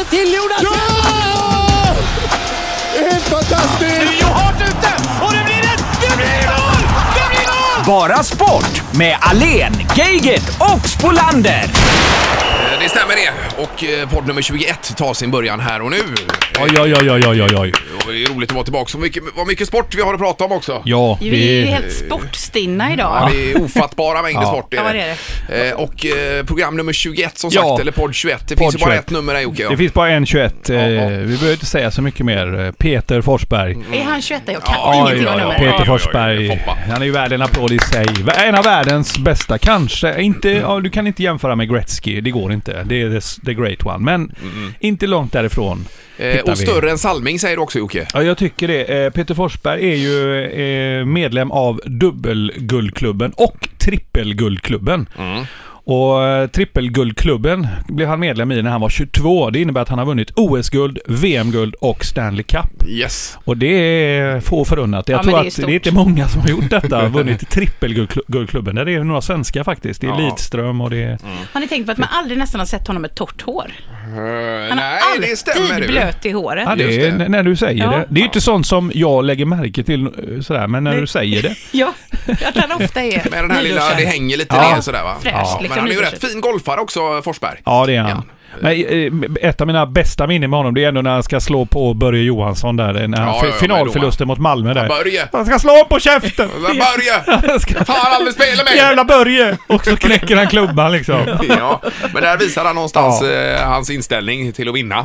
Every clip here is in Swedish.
till Jonas! Ja! Det är helt fantastiskt! Johan ute! Och det blir mål! Det blir mål! Bara sport med Alen, Geigert och Spolander. Det stämmer det. Och podd nummer 21 tar sin början här och nu. Oj. Och det är roligt att vara tillbaka. Vad mycket sport vi har att prata om också. Ja, Vi är helt sportstinna idag. Ja, det är ofattbara mängder sport. Ja, det är det. Och program nummer 21 som sagt, eller podd 21. Det finns ju bara ett nummer där, Jocke. Det finns bara en 21. Vi behöver inte säga så mycket mer. Peter Forsberg. Är han 21? Jag kan ingenting om nummer. Peter Forsberg. Han är ju värd en applåd i sig. En av världens bästa. Kanske inte, du kan inte jämföra med Gretzky. Det går inte. Det är the great one. Men inte långt därifrån. Och större än Salming säger du också, Jocke. Ja, jag tycker det. Peter Forsberg är ju medlem av dubbelguldklubben och trippelguldklubben. Och trippelguldklubben blev han medlem i när han var 22. Det innebär att han har vunnit OS-guld, VM-guld och Stanley Cup. Yes. Och det är få förunnat. Jag tror att det är inte många som har gjort detta. Vunnit trippelguldklubben. Det är några svenskar faktiskt. Det är Lidström och det är... Har ni tänkt på att man aldrig nästan har sett honom med torrt hår? Han nej, har det stämmer. alltid blöt i håret. Ja, det är när du säger det. Det är ju inte sånt som jag lägger märke till sådär, men när du säger det. Ja, att han ofta är... Med den här lilla, det hänger lite ner sådär, va? Fräsch, Men han är ju rätt fin golfare också, Forsberg. Ja, det är han. Men ett av mina bästa minnen med honom, det är ändå när han ska slå på Börje Johansson där, när finalförlusten mot Malmö där. Börje! Han ska slå på käften! Börje! Fan, aldrig spela med! Jävla Börje! Och så knäcker han klubban liksom. Ja, men där visar han någonstans hans inställning till att vinna.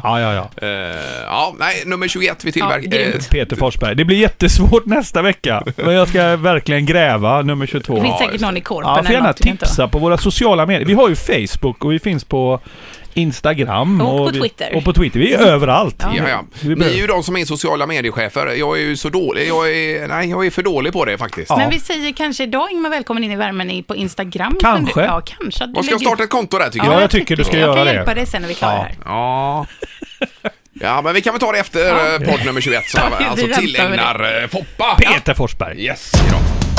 Ja. Nej, nummer 21 vi tillverkar. Peter Forsberg. Det blir jättesvårt nästa vecka. Men jag ska verkligen gräva nummer 22. Det finns säkert någon i korpen. Ja, får gärna tipsa på våra sociala medier. Vi har ju Facebook och vi finns på Instagram och på Twitter. Och på Twitter. Vi är överallt. Ja. Ni är ju de som är sociala mediechefer. Jag är ju så dålig. Jag är för dålig på det faktiskt. Men vi säger kanske idag, Ingmar, välkommen in i värmen på Instagram. Kanske. Kanske. Man ska starta ett konto där, tycker jag. Ja, jag tycker du ska göra det. Jag kan hjälpa dig sen när vi klarar här. Ja. Ja, men vi kan väl ta det efter podd nummer 21 som alltså tillägnar Foppa. Peter Forsberg. Yes, idag.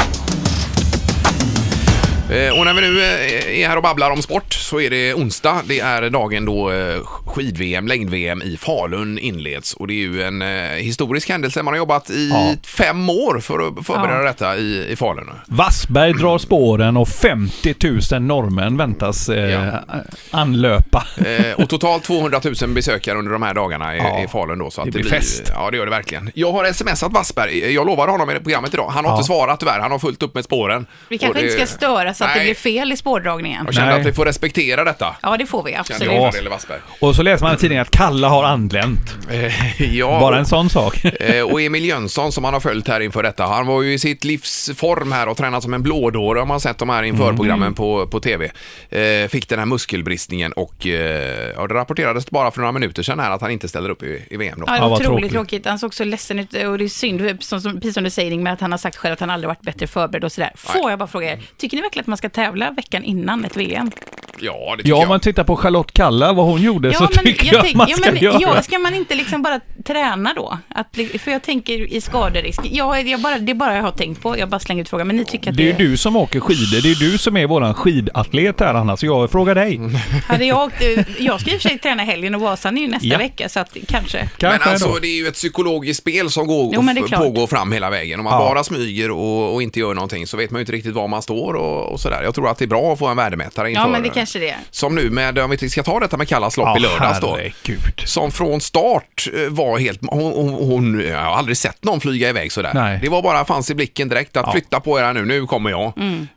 Och när vi nu är här och babblar om sport så är det onsdag. Det är dagen då skid-VM, längd-VM i Falun inleds. Och det är ju en historisk händelse. Man har jobbat i 5 år för att förbereda detta i Falun. Wassberg drar spåren och 50 000 norrmän väntas anlöpa. Och totalt 200 000 besökare under de här dagarna i Falun då. Så att det blir fest. Ja, det gör det verkligen. Jag har smsat Wassberg. Jag lovade honom i programmet idag. Han har inte svarat tyvärr. Han har fullt upp med spåren. Vi kanske inte ska störa så att det blir fel i spårdragningen. Jag känner att vi får respektera detta. Ja, det får vi, absolut. Och så läser man i tidningen att Kalle har anlänt. Bara en sån sak. Och Emil Jönsson som man har följt här inför detta. Han var ju i sitt livsform här och tränat som en blådåre om man sett de här inför programmen på tv. Fick den här muskelbristningen och det rapporterades bara för några minuter sedan här att han inte ställer upp i VM då. Ja, det var otroligt tråkigt. Han såg också ledsen ut och det är synd, precis som du säger, med att han har sagt själv att han aldrig varit bättre förberedd och sådär. Får jag bara fråga er, tycker ni verkligen att man ska tävla veckan innan ett VM? Ja, det tycker jag. Om man tittar på Charlotte Kalla, vad hon gjorde, så tycker jag att man ska göra. Ja, ska man inte liksom bara träna då? För jag tänker i skaderisk. Det är bara jag har tänkt på. Jag bara slänger ut frågan, men ni tycker att det är du som åker skidor. Det är du som är våran skidatlet här, Anna, så jag frågar dig. Hade jag ska i och för sig träna helgen och Vasan är ju nästa vecka, så att kanske. Men alltså, det är ju ett psykologiskt spel som pågår fram hela vägen. Om man bara smyger och inte gör någonting så vet man ju inte riktigt var man står och sådär. Jag tror att det är bra att få en värdemätare inför. Ja, men det kanske det är. Som nu med, om vi ska ta detta med Kallas lopp i lördags då. Som från start var helt... Jag har aldrig sett någon flyga iväg sådär. Nej. Det var bara fanns i blicken direkt att flytta på er nu kommer jag.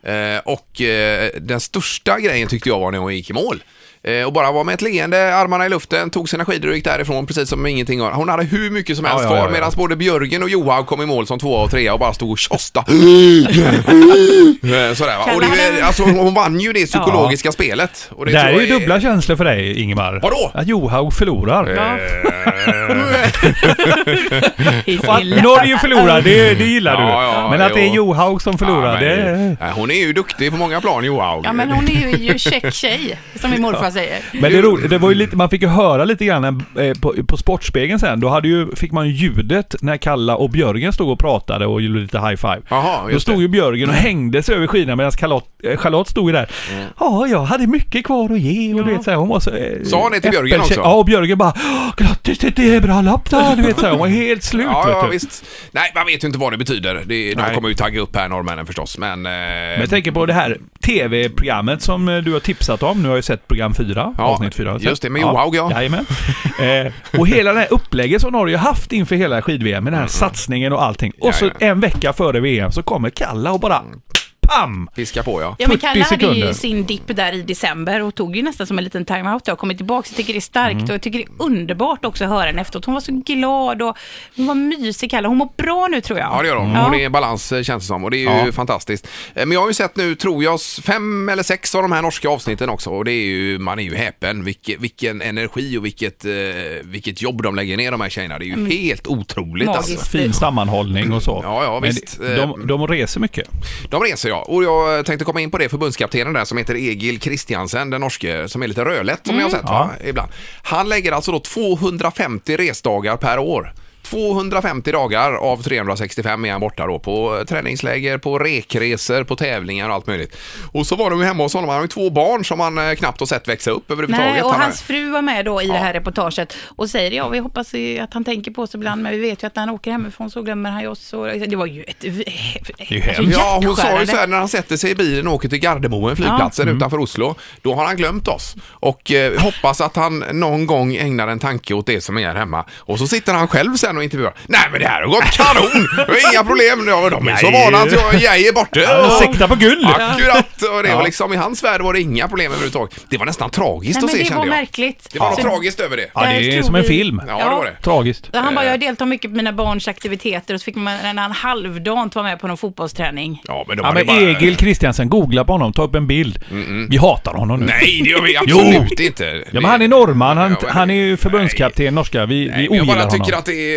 Den största grejen tyckte jag var när hon gick i mål. Och bara var med ett leende, armarna i luften, tog sina skidor och gick därifrån precis som ingenting. Hon hade hur mycket som helst kvar medan både Björgen och Johan kom i mål som 2 och 3 och bara stod och tjosta. Sådär, va? Och alltså, hon vann ju det psykologiska spelet. Och det där är ju dubbla känslor för dig, Ingemar. Vadå? Att Johan förlorar. Norge förlorar, det gillar du. Ja, men att det är jo. Johaug som förlorar, Ja, det... nej, hon är ju duktig på många plan, Johaug. Ja, men hon är ju check tjej, som min morfar säger. Men det var ju lite, man fick ju höra lite grann på Sportspegeln sen. Då fick man ju ljudet när Kalla och Björgen stod och pratade och gjorde lite high five. Aha, Då stod ju Björgen och hängde sig över skidorna medan Charlotte stod ju där. Ja, jag hade mycket kvar att ge och du vet så här, hon var så... Sa han det till Björgen också? Ja, och Björgen bara grattis, det är bra lopp då, du vet så här, hon var helt slut. Ja, visst. Nej, man vet ju inte vad det betyder. De kommer ju tagga upp här, norrmännen förstås. Men jag tänker på det här tv-programmet som du har tipsat om. Nu har jag ju sett program 4, avsnitt 4. Just det, med Johaug, ja. Jajamän. Och hela det här upplägget som Norge haft inför hela skid-VM med den här satsningen och allting. Och så en vecka före VM så kommer Kalla och bara pam! Fiska på, ja. Ja, men Kalle hade ju sekunder. sin dipp där i december och tog ju nästan som en liten timeout och kommit tillbaka. Jag tycker det är starkt och jag tycker det är underbart också att höra henne efteråt. Hon var så glad och hon var mysig, Kalle. Hon mår bra nu, tror jag. Ja, det gör hon. Hon är i balans, känns det som. Och det är ju fantastiskt. Men jag har ju sett nu, tror jag, 5 eller 6 av de här norska avsnitten också. Och det är ju, man är ju häpen. Vilken energi och vilket jobb de lägger ner, de här tjejerna. Det är ju helt otroligt. Magiskt. Alltså. Fin sammanhållning och så. Ja, Men visst. de reser mycket. De reser, ja. Och jag tänkte komma in på det, förbundskaptenen där som heter Egil Kristiansen, den norske, som är lite rödlätt som ni har sett ibland. Han lägger alltså då 250 resdagar per år. 250 dagar av 365 är han borta då på träningsläger, på rekresor, på tävlingar och allt möjligt. Och så var de ju hemma hos honom. Han har ju 2 barn som han knappt har sett växa upp överhuvudtaget. Nej, och hans fru var med då i det här reportaget och säger, vi hoppas att han tänker på oss ibland, men vi vet ju att när han åker hemifrån så glömmer han ju oss. Och det var ju ett Ja, hon sa ju så här, när han sätter sig i bilen och åker till Gardermoen, flygplatsen utanför Oslo, då har han glömt oss. Och hoppas att han någon gång ägnar en tanke åt det som är här hemma. Och så sitter han själv sen och intervjuar. Nej, men det här har gått kanon! Det är inga problem. De är så vana att jag är borta. Sikta på guld! Akkurat. Och det var liksom, i hans värld var det inga problem överhuvudtaget. Det var nästan tragiskt att se, kände jag. Det var märkligt. Det var något tragiskt över det. Ja, det är som en film. Ja, det var det. Tragiskt. Han bara, jag deltar mycket på mina barns aktiviteter och så fick man en halvdant vara med på någon fotbollsträning. Ja, men, Egil Kristiansen, googla på honom, ta upp en bild. Vi hatar honom nu. Nej, det gör vi absolut inte. Ja, men han är norrman, han är ju förbundskapten norska. Vi ogillar jag bara honom. tycker att det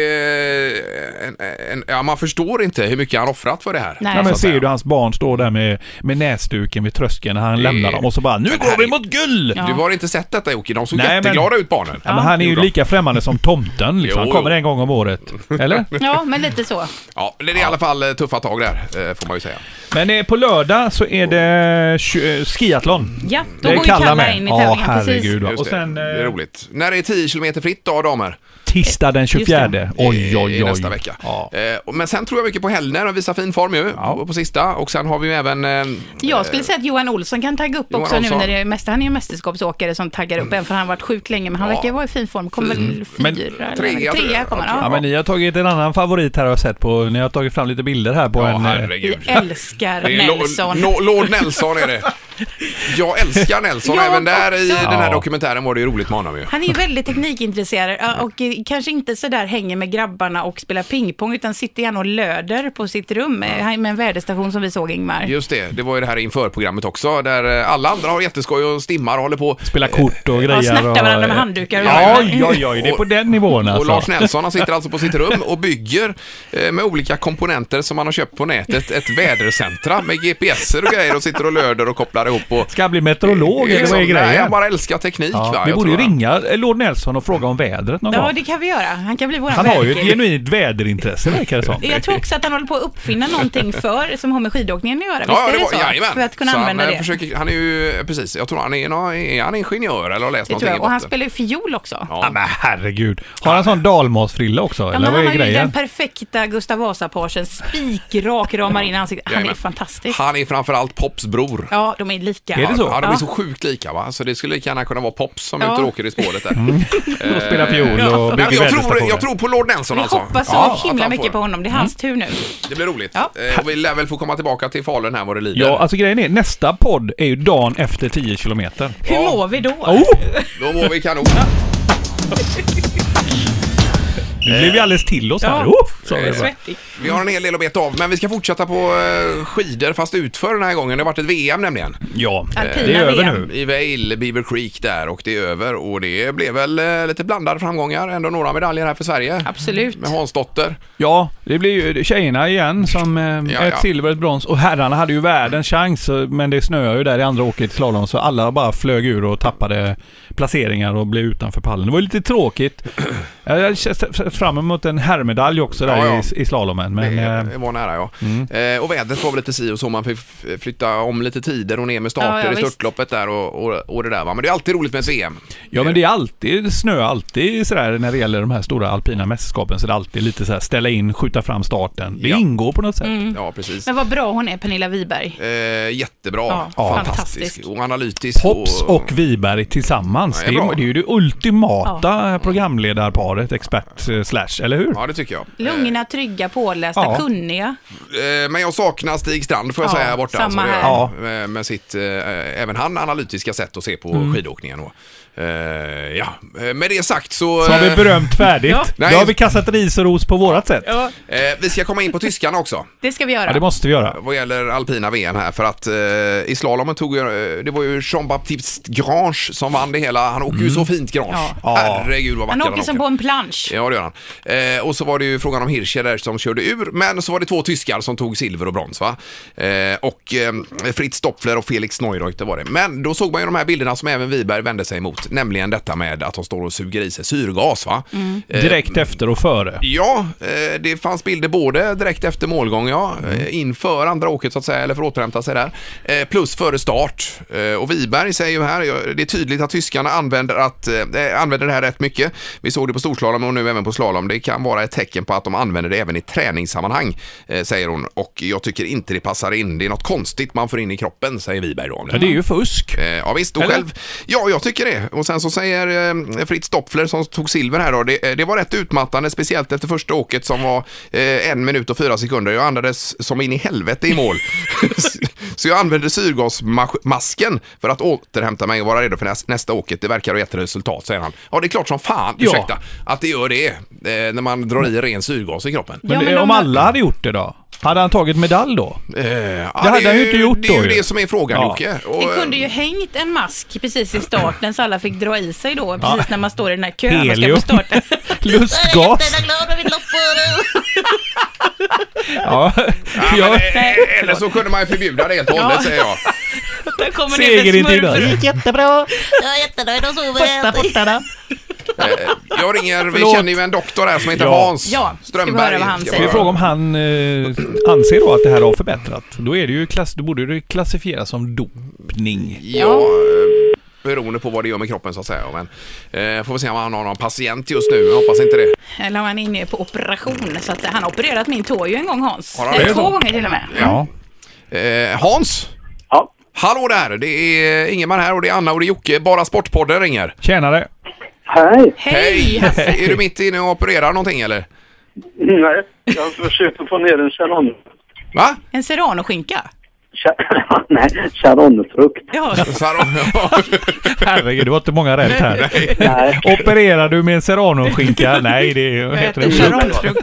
är man förstår inte hur mycket han offrat för det här. Nej. Ja, men ser du hans barn står där med näsduken vid tröskeln när han lämnar dem och så bara, nu går vi mot guld! Ja. Du har inte sett detta, Jocke? De såg Nej, jätteglada ut, barnen. Ja, men han är ju lika främmande som tomten liksom. Han kommer en gång om året, eller? Ja, men lite så. Ja, det är i alla fall tuffa tag där, får man ju säga. Men på lördag så är det skiathlon. Ja, då Det är går ju Kalla med. in i tävlingen, herregud. Just Och det. sen Det är roligt. När det är 10 kilometer fritt då, damer? tisdag den 24. Oj. I nästa vecka. Ja. Men sen tror jag mycket på Hellner och visar fin form ju på sista. Och sen har vi ju även... Jag skulle säga att Johan Olsson kan tagga upp Johan också Olsson. nu när det är han är ju mästerskapsåkare som taggar upp en, för han har varit sjuk länge, men han verkar vara i fin form. Kommer väl 4 trea kommer han. Ja, Ja. men ni har tagit en annan favorit här och sett på. Ni har tagit fram lite bilder här på en... herregud. Vi älskar Det är Nelson. Lord Nelson är det. Jag älskar Nelson. Jag Även där i också. den här dokumentären var det ju roligt med honom ju. Han är ju väldigt teknikintresserad och kanske inte så där hänger med grabbarna och spelar pingpong, utan sitter gärna och löder på sitt rum med en väderstation som vi såg, Ingmar. Just det var ju det här inför programmet också, där alla andra har jätteskoj och stimmar och håller på. Spela kort och grejer. Ja, snärtar och, varandra med handdukar. Oj, det är på den nivån alltså. Och Lars Nelson, han sitter alltså på sitt rum och bygger med olika komponenter som han har köpt på nätet ett vädercentra med GPSer och grejer och sitter och löder och kopplar ihop. Och ska bli meteorolog eller vad är nej, grejen? jag bara älskar teknik. Va? Vi Jag borde ju tror ringa Lord Nelson och fråga om vädret någon Ja, gång. det kan vi göra. Han kan bli vår Han har ju ett vädergud. genuint väderintresse, verkar det som. Jag tror också att han håller på att uppfinna någonting som har med skidåkningen att göra. Visst Ja, är det så? jajamän. För att kunna Så använda han, det. han är ju, precis, jag tror han är han ingenjör eller har läst Det någonting tror i jag. Och han botten. spelar ju fiol också. Ja. Ja, men herregud. Har han sån dalmasfrilla också? Ja, eller men vad han är har ju den grejen? perfekta Gustav Vasa-parsen, spikrak ramar in i ansiktet. Han är Jajamän. fantastisk. Han är framförallt Pops bror. Ja, de är lika. Är det så? Ja, de är Ja. så sjukt lika, va? Så det skulle gärna kunna vara Pops som Ja. ute och åker i spåret där. Och spela fiol och Men bygga jag tror på Lord Nelson Vi alltså. hoppas så Ja, himla att han mycket får- på honom. Det är hans tur nu. Det blir roligt. Ja. Och vi lär väl få komma tillbaka till Falun här vad det lider. Ja, alltså grejen är, nästa podd är ju dagen efter 10 kilometer. Hur mår vi då? Då mår vi kanon. Nu blev vi alldeles till oss här. Så är det bra. Svettig. Vi har en hel del att beta av, men vi ska fortsätta på skidor fast utför den här gången. Det har varit ett VM nämligen. Ja, Alpina det är över VM. nu. I Vail, Beaver Creek där, och det är över. Och det blev väl lite blandade framgångar. Ändå några medaljer här för Sverige. Absolut. Med Hansdotter. Ja, det blir ju tjejerna igen som ett silver, ett brons. Och herrarna hade ju världens chans, men det snöade ju där i andra åket i slalom, så alla bara flög ur och tappade placeringar och blev utanför pallen. Det var lite tråkigt. Jag hade sett fram emot en herrmedalj också där i slalomen. Men, det var nära, ja. Och vädret var väl lite si och så. Man fick flytta om lite tider och ner med starter i störtloppet där och det där, va? Men det är alltid roligt med ett VM. Ja, men det är alltid snö, alltid sådär när det gäller de här stora alpina mästerskapen, så det är alltid lite så här ställa in, skjuta fram starten. Det ingår på något sätt. Ja, precis. Men vad bra hon är, Pernilla Wiberg. Jättebra. Ja, fantastisk. Och analytisk. Pops och Wiberg tillsammans. Ja, det är ju det ultimata programledarparet, expert / eller hur? Ja, det tycker jag. Lugna, trygga, pålästa, kunniga. Men jag saknar Stig Strand, får jag säga, här borta. Samma här. Ja. Med sitt, även han analytiska sätt att se på skidåkningen. Och, med det sagt så har vi berömt färdigt. Då har vi kastat ris och ros på vårat sätt. Ja. Vi ska komma in på tyskarna också. Det ska vi göra. Ja, det måste vi göra. Vad gäller alpina VM här, för att i slalomen det var ju Jean-Baptiste Grange som vann det hela. Han åker ju så fint, Grange. Herregud vad vacker han åker som på en plansch. Ja, det gör han. Och så var det ju frågan om Hirscher där som körde ur, men så var det 2 tyskar som tog silver och brons, va? Och Fritz Stopfler och Felix Neureuter var det. Men då såg man ju de här bilderna som även Wiberg vände sig emot, nämligen detta med att de står och suger i sig syrgas, va? Direkt efter och före. Ja, det fanns bilder både direkt efter målgång, inför andra åket så att säga, eller för att återhämta sig där, plus före start. Och Wiberg säger ju här, det är tydligt att tyskarna använder det här rätt mycket. Vi såg det på storslalom och nu även på slalom. Det kan vara ett tecken på att de använder det även i träningssammanhang, säger hon. Och jag tycker inte det passar in. Det är något konstigt man får in i kroppen, säger Wiberg då. Ja, det är ju fusk. Ja, visst. Och själv, jag tycker det. Och sen så säger Fritz Stopfler som tog silver här då, det var rätt utmattande, speciellt efter första åket som var 1 minut och 4 sekunder. Jag andades som in i helvete i mål. Så jag använde syrgasmasken för att återhämta mig och vara redo för nästa åket. Det verkar ha gett resultat, säger han. Ja, det är klart som fan, ursäkta, att det gör det när man drar i ren syrgas i kroppen. Men om alla hade gjort det då? Hade han tagit medalj då? Det hade han ju inte gjort då. Det är ju det som är frågan, Jocke. Det kunde ju hängt en mask precis i starten så alla fick dra i sig då, precis när man står i den här kön och ska på starten. Lustgas. Eller så kunde man ju förbjuda det helt och hållet, säger jag. Där kommer Seger inte idag. Jättebra. Jag är jättenöjd och sover. Jag ringer, vi känner ju en doktor här som heter Hans Strömberg. Ska vi fråga om han anser då att det här har förbättrat? Då är det ju då borde det klassifieras som dopning. Ja, beroende på vad det gör med kroppen så att säga. Men får vi se om han har någon patient just nu. Jag hoppas inte det. Eller om han är inne på operation. Så att han har opererat min tå ju en gång, Hans. Har han det? 2 gånger till och med. Ja. Hans? Ja. Hallå där, det är Ingemar här och det är Anna och det är Jocke. Bara Sportpodden ringer. Tjenare. Hej. Hej. Är du mitt inne och opererar någonting eller? Nej, jag försöker få ner en charon. Va? En serrano-skinka? Nej, charonfrukt. Ja. Herregud, du har inte många rätt här. Nej. Opererar du med en serrano-skinka? Nej, det heter det. Charonfrukt.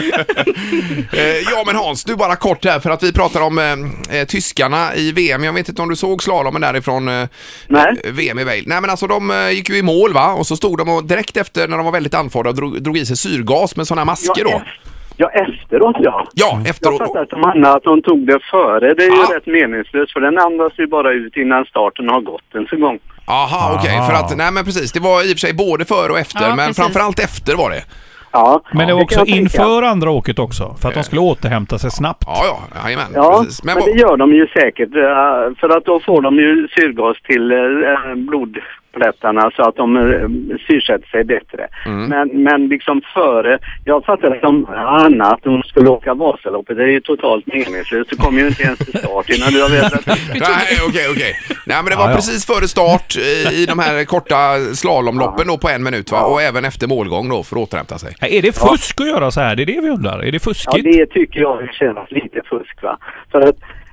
Ja, men Hans, du bara kort här för att vi pratar om tyskarna i VM. Jag vet inte om du såg slalomen därifrån VM i Vail. Nej, men alltså de gick ju i mål, va? Och så stod de och direkt efter när de var väldigt andfådda drog i sig syrgas med sådana här masker då. Ja, efteråt, Ja, efteråt. Jag fattar som Anna att de tog det före. Det är ju rätt meningslöst, för den andas ju bara ut innan starten har gått en så gång. Aha, okej. För att, nej men precis, det var i och för sig både före och efter, men precis. Framförallt efter var det. Ja, men det var också inför andra åket också, för att de skulle återhämta sig snabbt. Jajamän. Ja, precis. Men det gör de ju säkert, för att då får de ju syrgas till blodplättarna så att de syrsätter sig bättre. Men liksom före, jag fattade som Anna att de skulle åka Vasaloppet, det är ju totalt meningslöst, så kommer ju inte ens till start innan du har vetat. Nej, okej. Nej, men det var precis före start i de här korta slalomloppen då på 1 minut, va? Och även efter målgång då för att återhämta sig. Är det fusk att göra så här? Det är det vi undrar. Är det fuskigt? Ja, det tycker jag känns lite fusk, va? För att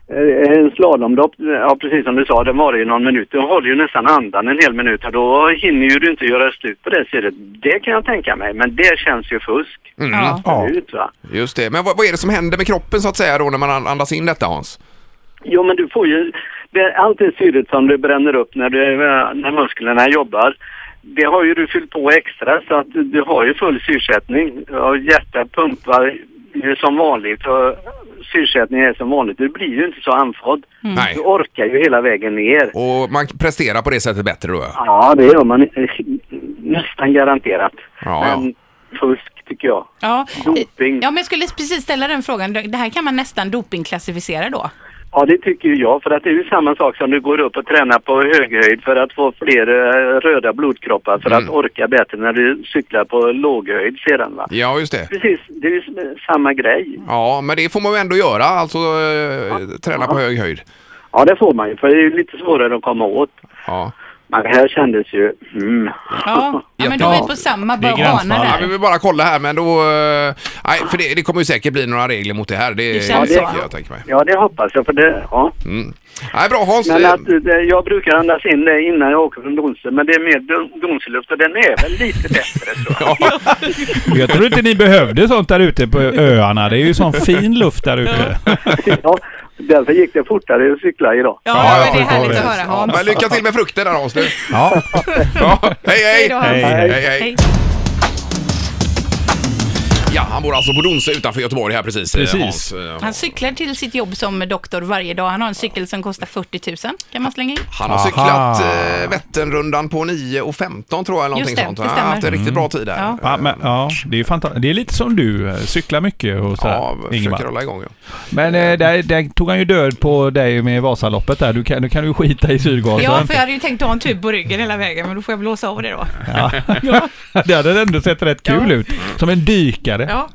En slalomlopp, ja precis som du sa, det var ju någon minut. Du håller ju nästan andan en hel minut och då hinner ju du inte göra slut på det sättet. Det kan jag tänka mig, men det känns ju fusk. Absolut, va? Just det, men vad är det som händer med kroppen så att säga då när man andas in detta, Hans? Jo, men du får ju, allt det syret som du bränner upp när musklerna jobbar, det har ju du fyllt på extra så att du har ju full syrsättning och hjärtat pumpar ju som vanligt och syrsättning är som vanligt. Du blir ju inte så andfådd. Du orkar ju hela vägen ner. Och man presterar på det sättet bättre då? Ja, det gör man nästan garanterat. Men fusk tycker jag. Ja. Doping. Ja, men jag skulle precis ställa den frågan. Det här kan man nästan dopingklassificera då? Ja, det tycker jag. För att det är ju samma sak som du går upp och tränar på höghöjd för att få fler röda blodkroppar för att orka bättre när du cyklar på låghöjd sedan, va? Ja, just det. Precis, det är ju samma grej. Ja, men det får man ju ändå göra, alltså träna på hög höjd. Ja, det får man ju, för det är ju lite svårare att komma åt. Ja. Men det här kändes ju... Ja, men då är vi på samma bana där. Ja, vi vill bara kolla här, men då... nej, för det kommer ju säkert bli några regler mot det här. Det känns så. Jag tänker mig. Ja, det hoppas jag, för det... Ja. Nej, bra Hans. Men att, jag brukar andas in det innan jag åker från Donsö, men det är mer Donsöluft och den är väl lite bättre så. Jag tror inte ni behövde sånt där ute på öarna. Det är ju sån fin luft där ute. Ja, därför gick det fortare att cykla idag. Ja, det är härligt att höra, Hans. Men lycka till med frukten där, Hans. Ja. Hej. Hej. Ja, han bor alltså på Donsö utanför Göteborg här precis. Hans. Han cyklar till sitt jobb som doktor varje dag. Han har en cykel som kostar 40 000. Kan man slänga in? Han har cyklat Vätternrundan på 9:15 tror jag. Eller någonting sånt. Det stämmer. Han har haft en riktigt bra tid där. Det är ju fantastiskt. Det är lite som du. Cyklar mycket och så. Ja, försöker hålla igång. Ja. Men där tog han ju död på dig med Vasaloppet där. Du kan ju skita i syrgasen. Ja, för jag hade ju tänkt ha en tub på ryggen hela vägen. Men då får jag blåsa av det då. Ja. Det hade ändå sett rätt kul ut. Som en dykare. Ja.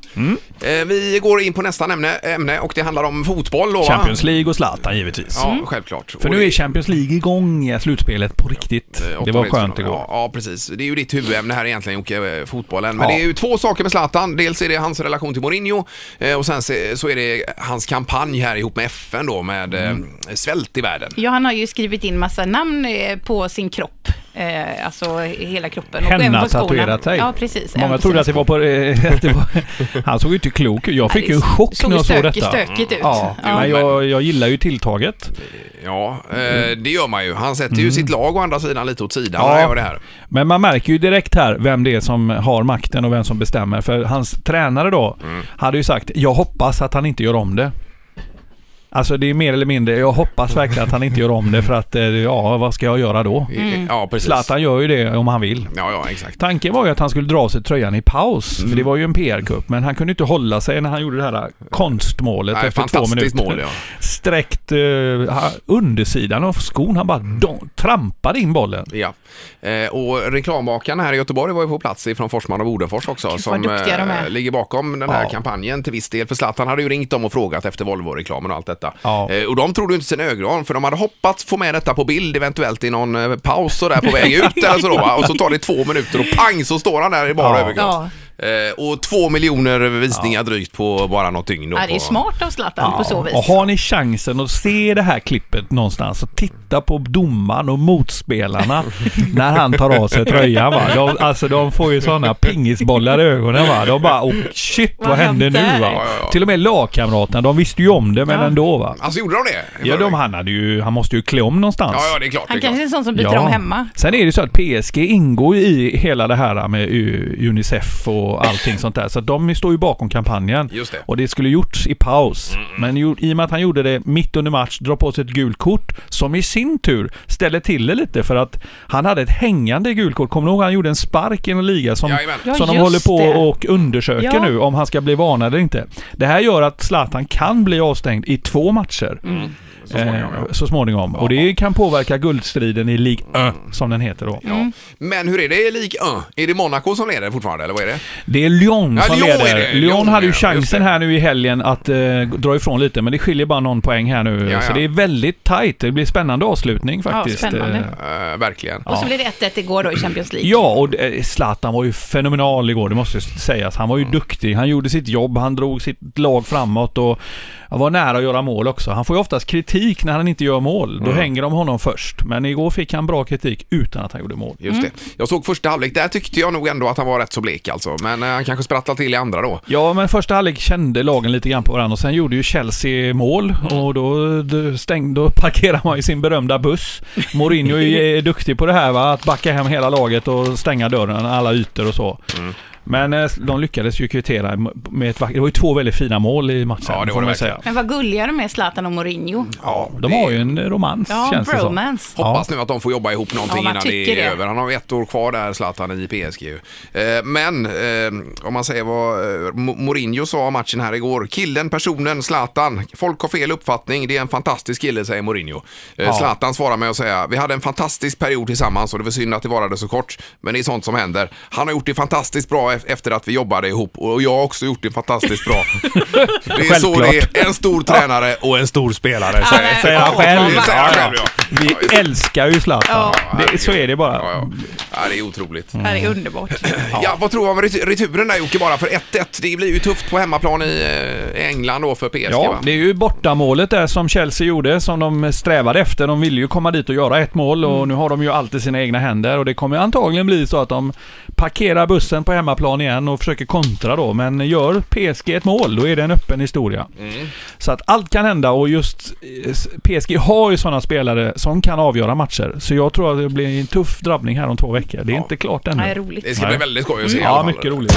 Vi går in på nästa ämne och det handlar om fotboll. Då, Champions League och Zlatan givetvis. Ja, självklart. För nu är Champions League igång i slutspelet på riktigt. Det var skönt igår. Ja, precis. Det är ju ditt huvudämne här egentligen, Jocke, fotbollen. Men det är ju två saker med Zlatan. Dels är det hans relation till Mourinho och sen så är det hans kampanj här ihop med FN då med svält i världen. Ja, han har ju skrivit in massa namn på sin kropp. Alltså hela kroppen. Henna tatuerat sig. Ja, precis. Många trodde att det var på... Han såg ju inte klok. Jag fick ju en chock när jag såg detta. Stökigt ut. Ja, men jag gillar ju tilltaget. Ja, det gör man ju. Han sätter ju sitt lag å andra sidan lite åt sidan när han gör det här. Men man märker ju direkt här vem det är som har makten och vem som bestämmer. För hans tränare då hade ju sagt, jag hoppas att han inte gör om det. Alltså det är mer eller mindre, jag hoppas verkligen att han inte gör om det för att, vad ska jag göra då? Ja, precis. Zlatan gör ju det om han vill. Ja, exakt. Tanken var ju att han skulle dra sig tröjan i paus, för det var ju en PR-kupp, men han kunde inte hålla sig när han gjorde det här konstmålet. Nej, efter 2 minuter. Mål, ja. Sträckt undersidan av skon, han bara trampade in bollen. Ja, och reklambakarna här i Göteborg var ju på plats ifrån Forsman och Bodenfors också, som ligger bakom den här kampanjen till viss del. För Zlatan hade ju ringt dem och frågat efter Volvo-reklamen och allt detta. Ja. Och de trodde inte sin ögon, för de hade hoppats få med detta på bild eventuellt i någon paus så där på väg ut eller så då, och så tar det 2 minuter och pang så står han där i bara övergång. Och 2 miljoner visningar drygt på bara något dygn. Då det är smart av Zlatan på så vis. Och har ni chansen att se det här klippet någonstans, så titta på domaren och motspelarna när han tar av sig tröjan. Va? De får ju sådana pingisbollar i ögonen. Va? De bara, shit, vad händer nu? Va? Till och med lagkamraterna, de visste ju om det, men ändå. Va? Alltså gjorde de det? Ja, han måste ju klä om någonstans. Ja, det är klart. Han kanske är en sån som byter om hemma. Sen är det så att PSG ingår i hela det här med Unicef och allting sånt där. Så de står ju bakom kampanjen. Just det. Och det skulle gjorts i paus. Men i och med att han gjorde det mitt under match, drar på sig ett gult kort, som i sin tur ställer till det lite, för att han hade ett hängande gult kort. Kommer du ihåg, han gjorde en spark i en liga som de håller på och undersöker nu om han ska bli varnad eller inte. Det här gör att Zlatan kan bli avstängd i 2 matcher. Så småningom. Och det kan påverka guldstriden i Ligue 1 som den heter då. Men hur är det i Ligue 1? Är det Monaco som leder fortfarande, eller vad är det? Det är Lyon som Lyon leder. är det. Lyon hade ju just chansen det. här nu i helgen att dra ifrån lite, men det skiljer bara någon poäng här nu. Ja. Så det är väldigt tajt. Det blir spännande avslutning faktiskt. Ja, spännande. Verkligen. Och så blev det 1-1 igår då i Champions League. Ja, och Zlatan var ju fenomenal igår, det måste sägas. Han var ju duktig. Han gjorde sitt jobb, han drog sitt lag framåt och var nära att göra mål också. Han får ju oftast kritik när han inte gör mål. Då hänger de honom först. Men igår fick han bra kritik utan att han gjorde mål. Just det. Jag såg första halvlek. Där tyckte jag nog ändå att han var rätt så blek alltså. Men han kanske sprattlade till i andra då. Ja, men första halvlek kände lagen lite grann på varandra. Och sen gjorde ju Chelsea mål. Och då parkerar man ju sin berömda buss. Mourinho är duktig på det här, va? Att backa hem hela laget och stänga dörren, alla ytor och så. Men de lyckades ju kvittera med ett vackert. Det var ju 2 väldigt fina mål i matchen. Ja, det var det verkligen. Men vad gulliga de är, Zlatan och Mourinho. Ja, De har ju en romans, känns det som. bromance. Hoppas nu att de får jobba ihop någonting Ja, man innan det tycker är det. över. Han har 1 år kvar där, Zlatan, i PSG ju. Men om man säger vad Mourinho sa om matchen här igår. Killen, personen, Zlatan. Folk har fel uppfattning. Det är en fantastisk kille, säger Mourinho. Zlatan svarar med att säga: vi hade en fantastisk period tillsammans och det var synd att det varade så kort. Men det är sånt som händer. Han har gjort det fantastiskt bra efter att vi jobbade ihop. Och jag har också gjort det fantastiskt bra. Det är så det är. En stor tränare och en stor spelare, Säger han själv. Det säger han själv, ja. Vi älskar ju Zlatan. Så är det bara. Ja, det är otroligt. Det här är underbart. Ja, vad tror du om returen där, Jocke, bara för 1-1? Det blir ju tufft på hemmaplan i England då för PSG, Ja, va? det är ju bortamålet där som Chelsea gjorde, som de strävade efter. De ville ju komma dit och göra ett mål och nu har de ju allt i sina egna händer och det kommer antagligen bli så att de parkerar bussen på hemmaplan igen och försöker kontra då. Men gör PSG ett mål, då är det en öppen historia. Så att allt kan hända och just PSG har ju sådana spelare som kan avgöra matcher. Så jag tror att det blir en tuff drabbning här om 2 veckor. Det är inte klart ännu. Det är roligt. Det ska bli väldigt skoj att se. Ja, mycket roligt.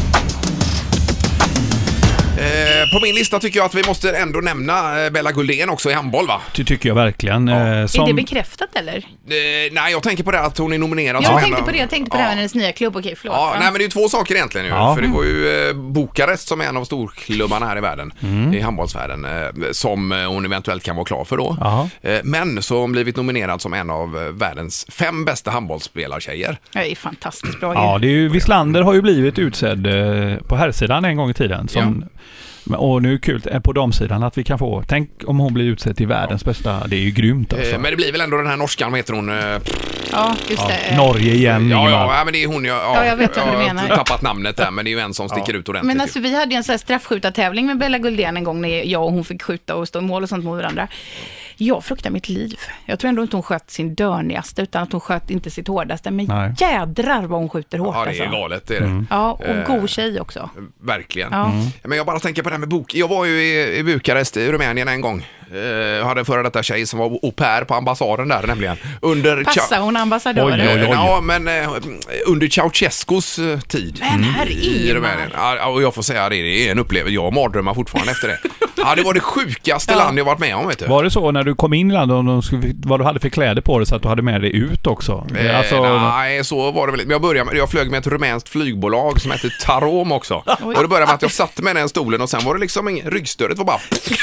På min lista tycker jag att vi måste ändå nämna Bella Guldén också i handboll, va? Det tycker jag verkligen. Är det bekräftat eller? Nej, jag tänker på det att hon är nominerad. Jag tänkte på det här med hennes nya klubb. Okej, förlåt. Ja, nej, men det är ju 2 saker egentligen ju. Ja. För det var ju Bukarest som är en av storklubbarna här i världen, i handbollsvärlden, som hon eventuellt kan vara klar för då. Ja. Men så har hon blivit nominerad som en av världens 5 bästa handbollsspelartjejer. Det är fantastiskt bra. Ja, det är ju, Wislander har ju blivit utsedd på herrsidan en gång i tiden. Och nu är det kul på damsidan att vi kan få. Tänk om hon blir utsedd till världens bästa. Det är ju grymt alltså. Men det blir väl ändå den här norskan, vad heter hon? Ja, just det. Norge igen. Ja, men det är hon. Ja, jag vet vad du menar. Jag har tappat namnet där, men det är ju en som sticker ut ordentligt. Men alltså, vi hade ju en sån här straffskjutartävling med Bella Guldén en gång när jag och hon fick skjuta och stå i mål och sånt mot varandra. Jag fruktar mitt liv. Jag tror ändå inte hon sköt sin dörnigaste utan att hon sköt inte sitt hårdaste. Men jädrar vad hon skjuter hårt. Ja, det är galet, det är det. Ja, och god tjej också. Verkligen. Ja. Men jag bara tänker på det här med bok. Jag var ju i Bukarest i Rumänien en gång. Jag hade en före detta tjej som var au pair på ambassaden där nämligen. Passar hon ambassadörer? Ja, men under Ceausescus tid. Men här i Rumänien. Ja, och jag får säga det är en upplevelse. Jag mardrömmar fortfarande efter det. Ja, det var det sjukaste land jag varit med om, vet du. Var det så när du kom in i landet vad du hade för kläder på dig så att du hade med dig ut också? Nej, så var det väl. Jag flög med ett rumänskt flygbolag som hette Tarom också. Och det började med att jag satte mig i den stolen och sen var det liksom ryggstödet var bara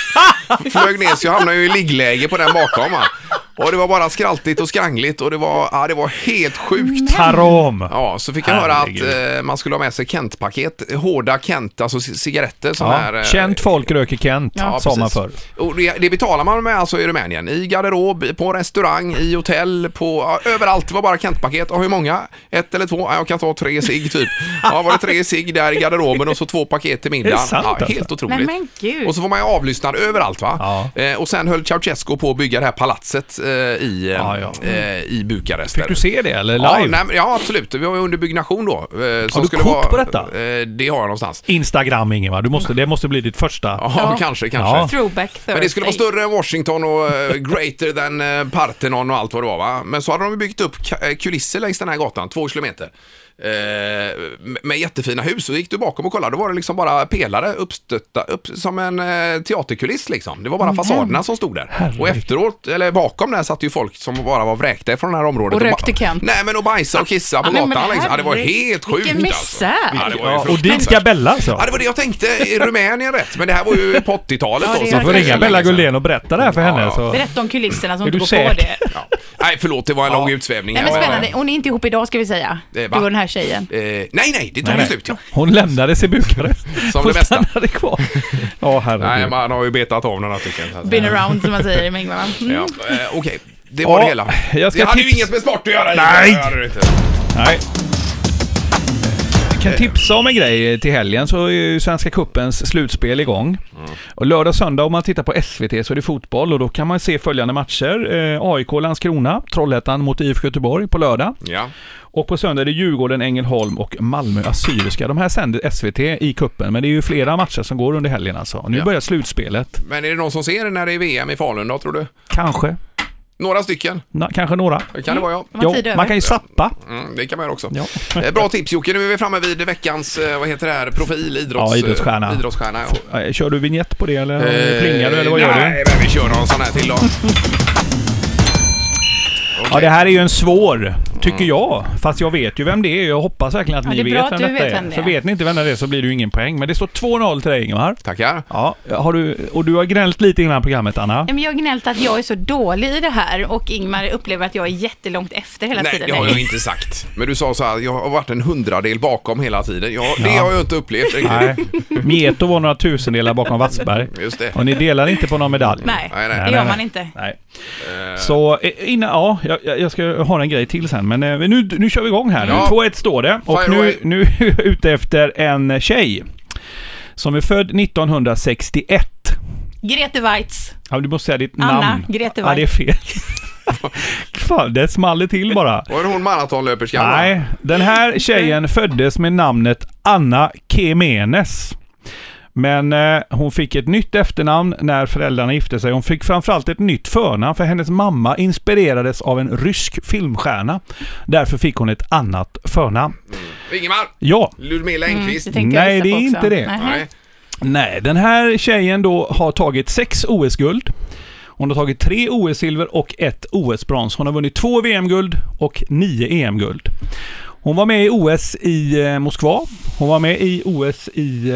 flög ner så jag hamnade ju i liggläge på den bakom. Och det var bara skraltigt och skrangligt och det var helt sjukt. Tarom! Ja, så fick jag höra att man skulle ha med sig Kent-paket, hårda Kent, alltså cigaretter som är... Känt folk röker Kent, sa man för. Och det betalar man med alltså i Rumänien. I garderob, på restaurang, i hotell, överallt. Det var bara Kent-paket. Och hur många? 1 eller 2? Jag kan ta 3 cigg typ. Ja, var det 3 cigg där i garderoben och så 2 paket till middagen. Sant, alltså. Helt otroligt. Nej, men Gud. Och så var man ju avlyssnad överallt, va? Ja. Och sen höll Ceausescu på att bygga det här palatset i Bukarest. Fick du se det eller live? Ja, absolut. Vi var ju under byggnation då. Har du kort på detta? Det har jag någonstans. Instagram, Ingemar. Det måste bli ditt första. Ja, kanske. Ja. Throwback Thursday. Men det skulle vara större än Washington och greater than Parthenon och allt vad det var, va? Men så hade de byggt upp kulisser längs den här gatan, 2 kilometer. Med jättefina hus och gick du bakom och kollade, då var det liksom bara pelare uppstötta upp som en teaterkuliss liksom. Det var bara fasaderna som stod där. Herregud. Och efteråt, eller bakom där satt ju folk som bara var vräkta från det här området. Och rökte Kent. Nej, men och bajsa och kissa på gatan liksom. Ja, det var helt sjukt. Vilken misär. Alltså. Ja, det var ju och dit ska Bella alltså. Ja, det var det jag tänkte. I Rumänien rätt, men det här var ju på 80-talet då. Så får ringa Bella Guldén och berätta det här för henne. Så. Berätta om kulisserna som Är inte du går säker? på det. Nej, förlåt, det var en lång utsvävning. Nej, men spännande. Hon är inte ihop idag, ska vi säga. Det var den här tjejen? Nej, det tog slut. Ja. Hon lämnades i Bukarest. Som det bästa. Hon stannade kvar. Ja, herregud. Nej, man har ju betat av några stycken. Been around, som man säger med Ingvar. Ja, okej. Det var det hela. Det hade ju inget med sport att göra. Nej. Jag kan tipsa om en grej till helgen, så är ju Svenska Cupens slutspel igång. Och lördag och söndag, om man tittar på SVT, så är det fotboll, och då kan man se följande matcher. AIK Landskrona, Trollhättan mot IFK Göteborg på lördag. Ja. Och på söndag är det Djurgården, Ängelholm och Malmö Assyriska. De här sänder SVT i kuppen, men det är ju flera matcher som går under helgen alltså. Nu börjar slutspelet. Men är det någon som ser när det är VM i Falun då, tror du? Kanske. Några stycken? Kanske några. Kan det vara, ja. Jo, man kan ju zappa. Det kan man göra också. Ja. Bra tips, Jocke. Nu är vi framme vid veckans, vad heter det här, profil, idrottsstjärna. Idrottsstjärna, ja. Kör du vignett på det eller plingar du eller vad gör du? Nej, men vi kör någon sån här till då. Okay. Ja, det här är ju en svår, tycker jag. Fast jag vet ju vem det är. Jag hoppas verkligen att ni vet vem detta är. För vet ni inte vem det är så blir det ju ingen poäng. Men det står 2-0 till dig, Ingmar. Tackar. Ja, du har gnällt lite innan programmet, Anna. Men jag har gnällt att jag är så dålig i det här och Ingmar upplever att jag är jättelångt efter hela tiden. Nej, det har jag inte sagt. Men du sa så här, jag har varit en 100-del bakom hela tiden. Det har jag inte upplevt. Nej. Mieto var några tusendelar bakom Wassberg. Just det. Och ni delar inte på någon medalj. Nej, det gör man inte. Nej. Så innan, jag ska ha en grej till sen. Men nu kör vi igång här. Ja. 2-1 står det. Och nu är jag ute efter en tjej som är född 1961. Grete Weitz. Ja, du måste säga ditt Anna, namn. Grete Weitz. Ja, det är fel. Fan, det smaller till bara. Var det hon maratonlöperskan? Nej, den här tjejen föddes med namnet Anna Kemenes. Men hon fick ett nytt efternamn när föräldrarna gifte sig. Hon fick framförallt ett nytt förnamn för hennes mamma inspirerades av en rysk filmstjärna. Därför fick hon ett annat förnamn. Ingemar? Ja. Ludmila Engqvist? Nej, det är inte det. Nej, den här tjejen då har tagit 6 OS-guld. Hon har tagit 3 OS-silver och 1 OS-brons. Hon har vunnit 2 VM-guld och 9 EM-guld. Hon var med i OS i Moskva. Hon var med i OS i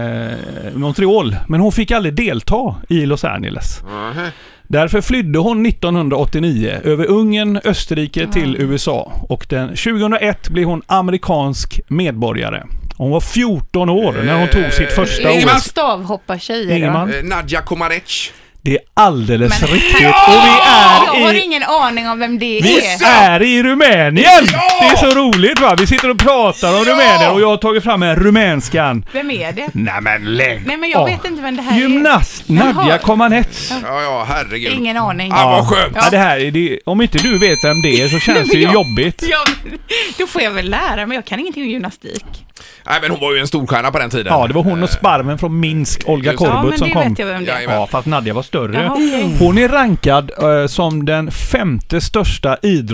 Montreal. Men hon fick aldrig delta i Los Angeles. Därför flydde hon 1989 över Ungern, Österrike till USA. Och 2001 blev hon amerikansk medborgare. Hon var 14 år när hon tog sitt första OS. Stavhoppartjejer. Nadja Komarec. Det är alldeles riktigt. Ja! Och vi är jag har ingen aning om vem det är. Vi är i Rumänien! Ja! Det är så roligt, va? Vi sitter och pratar om Rumänien och jag har tagit fram en rumänskan. Vem är det? Nej, men jag vet inte vem det här Gymnast är. Nadja Komanets. Ja, herregud. Ingen aning. Vad skönt. Ja, det här är om inte du vet vem det är så känns det ju jobbigt. Ja, då får jag väl lära mig. Jag kan ingenting om gymnastik. Nej, men hon var ju en storstjärna på den tiden. Ja, det var hon och sparven från Minsk, Olga Korbut, som kom. Vet jag vem det är. Ja, fast Nadja var större. Jaha, okay. Hon är rankad som den 5:e största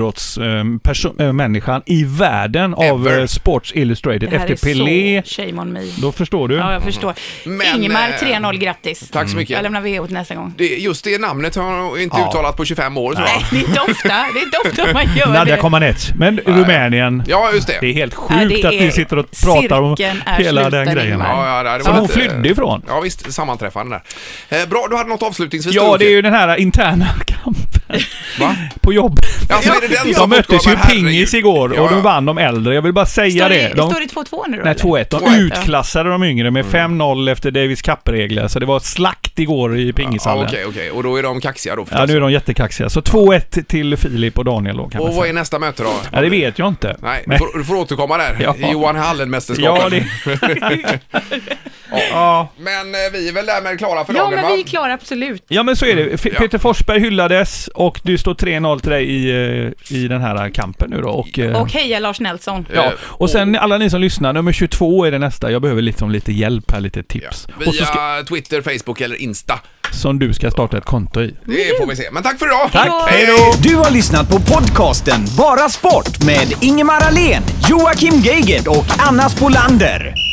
idrottsmänniskan i världen av Sports Illustrated. Efter Pelé. Shame on me. Då förstår du. Ja, jag förstår. Ingemar, 3-0, grattis. Tack så mycket. Jag lämnar VO till nästa gång. Just det namnet har jag inte uttalat på 25 år, tror jag. Nej, det är inte ofta man gör Nadja det. Komanets. Men Rumänien. Ja, just det. Det är helt sjukt att vi sitter och pratar om hela den grejen. Ja, som hon flydde ifrån. Ja, visst. Sammanträffande där. Bra, du hade något avslutningsvis. Ja, det är ju den här interna kampen. Va? På jobbet. Alltså, är det den de möttes ju pingis igår och de vann de äldre. Jag vill bara säga det. Står det 2-2 nu då? Nej, 2-1. De utklassade de yngre med 5-0 efter Davis Cup-regler. Så det var slakt igår i pingishallen. Okej. Och då är de kaxiga då förstås. Ja, nu är de jättekaxiga. Så 2-1 till Filip och Daniel då, kan man säga. vad är nästa möte då? Ja, det vet jag inte. Nej, du får återkomma där. Ja. Johan Hallen-mästerskapet. Ja, det... Ja. Men vi är väl därmed klara för dagen, va? Ja, men vi är klara, absolut. Ja, men så är det. Peter Forsberg hyllades och du står 3-0 till dig i den här kampen nu då. Och heja Lars Nelson. Ja, och sen alla ni som lyssnar, nummer 22 är det nästa. Jag behöver lite hjälp här, lite tips. Ja. Via Twitter, Facebook eller Insta. Som du ska starta ett konto i. Det får vi se. Men tack för idag. Tack. Hej då. Du har lyssnat på podcasten Bara Sport med Ingemar Ahlén, Joakim Geigert och Anna Spolander.